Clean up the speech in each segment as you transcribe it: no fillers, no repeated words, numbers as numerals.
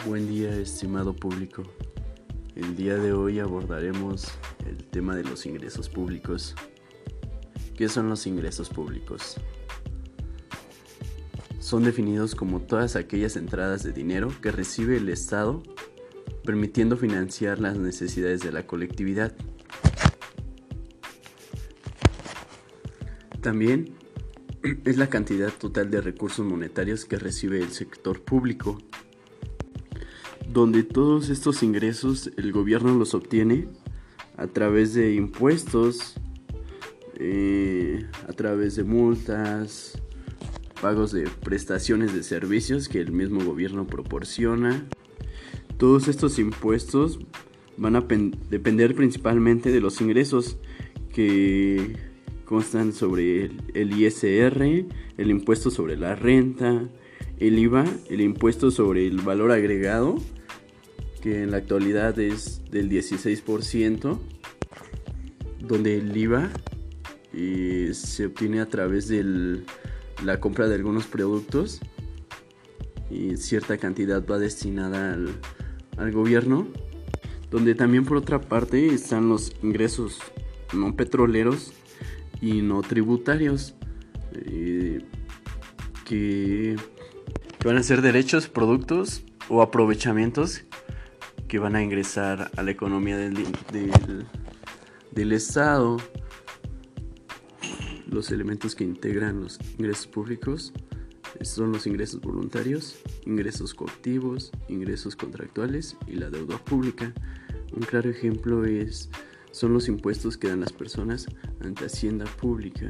Buen día, estimado público. El día de hoy abordaremos el tema de los ingresos públicos. ¿Qué son los ingresos públicos? Son definidos como todas aquellas entradas de dinero que recibe el Estado, permitiendo financiar las necesidades de la colectividad. También es la cantidad total de recursos monetarios que recibe el sector público, donde todos estos ingresos el gobierno los obtiene a través de impuestos, a través de multas, pagos de prestaciones de servicios que el mismo gobierno proporciona. Todos estos impuestos van a depender principalmente de los ingresos que constan sobre el ISR, el impuesto sobre la renta, el IVA, el impuesto sobre el valor agregado, que en la actualidad es del 16%, donde el IVA se obtiene a través de la compra de algunos productos y cierta cantidad va destinada al gobierno, donde también por otra parte están los ingresos no petroleros y no tributarios, que van a ser derechos, productos o aprovechamientos que van a ingresar a la economía del Estado. Los elementos que integran los ingresos públicos son los ingresos voluntarios, ingresos coactivos, ingresos contractuales y la deuda pública. Un claro ejemplo son los impuestos que dan las personas ante Hacienda Pública.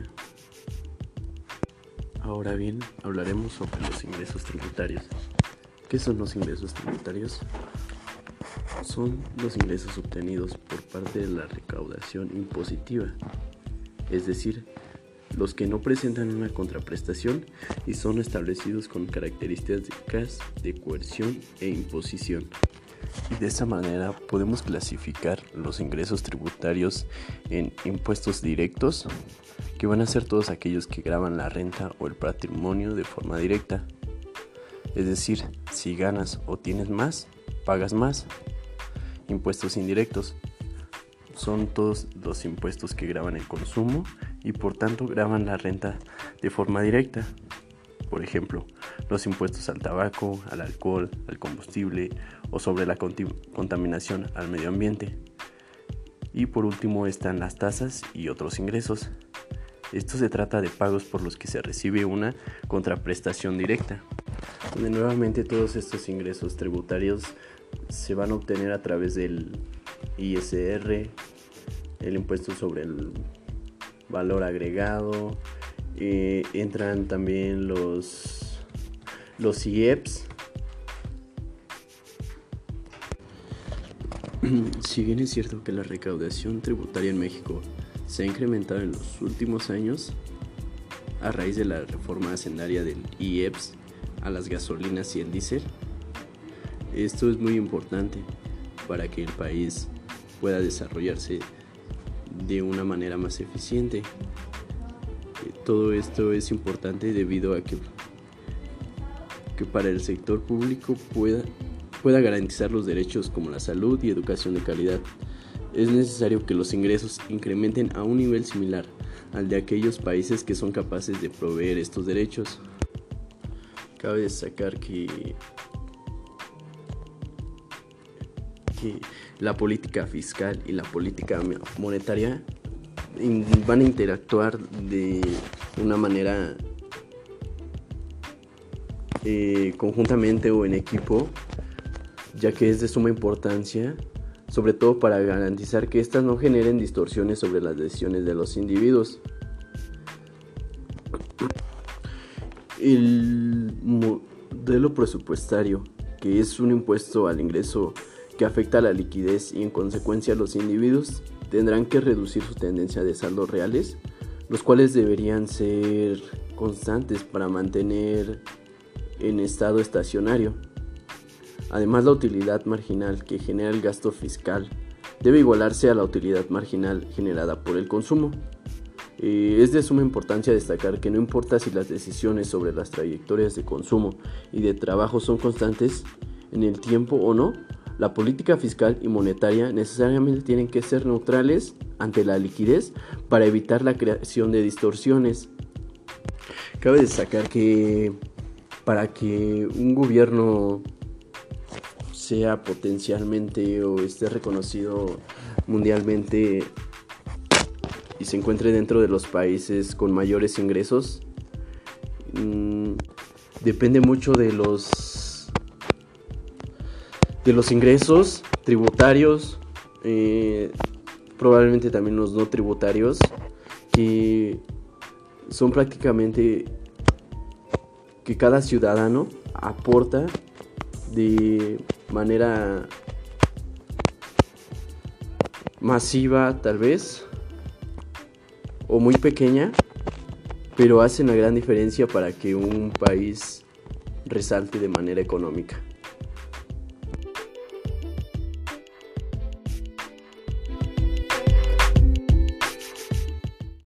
Ahora bien, hablaremos sobre los ingresos tributarios. ¿Qué son los ingresos tributarios? Son los ingresos obtenidos por parte de la recaudación impositiva, es decir, los que no presentan una contraprestación y son establecidos con características de coerción e imposición. Y de esta manera podemos clasificar los ingresos tributarios en impuestos directos, que van a ser todos aquellos que gravan la renta o el patrimonio de forma directa. Es decir, si ganas o tienes más, pagas más. Impuestos indirectos son todos los impuestos que gravan el consumo y por tanto gravan la renta de forma directa. Por ejemplo, los impuestos al tabaco, al alcohol, al combustible o sobre la contaminación al medio ambiente. Y por último están las tasas y otros ingresos. Esto se trata de pagos por los que se recibe una contraprestación directa, donde nuevamente todos estos ingresos tributarios se van a obtener a través del ISR, el impuesto sobre el valor agregado, entran también los IEPS. Si bien es cierto que la recaudación tributaria en México se ha incrementado en los últimos años a raíz de la reforma hacendaria del IEPS a las gasolinas y el diésel, esto es muy importante para que el país pueda desarrollarse de una manera más eficiente. Todo esto es importante debido a que para el sector público pueda garantizar los derechos como la salud y educación de calidad. Es necesario que los ingresos incrementen a un nivel similar al de aquellos países que son capaces de proveer estos derechos. Cabe destacar que la política fiscal y la política monetaria van a interactuar de una manera conjuntamente o en equipo, ya que es de suma importancia, sobre todo para garantizar que éstas no generen distorsiones sobre las decisiones de los individuos. El modelo presupuestario, que es un impuesto al ingreso que afecta a la liquidez y en consecuencia los individuos tendrán que reducir su tendencia de saldos reales, los cuales deberían ser constantes para mantener en estado estacionario. Además, la utilidad marginal que genera el gasto fiscal debe igualarse a la utilidad marginal generada por el consumo. Es de suma importancia destacar que no importa si las decisiones sobre las trayectorias de consumo y de trabajo son constantes, en el tiempo o no, la política fiscal y monetaria necesariamente tienen que ser neutrales ante la liquidez para evitar la creación de distorsiones. Cabe destacar que para que un gobierno sea potencialmente o esté reconocido mundialmente y se encuentre dentro de los países con mayores ingresos, depende mucho de los ingresos tributarios, probablemente también los no tributarios, que son prácticamente que cada ciudadano aporta de manera masiva tal vez, o muy pequeña, pero hacen la gran diferencia para que un país resalte de manera económica.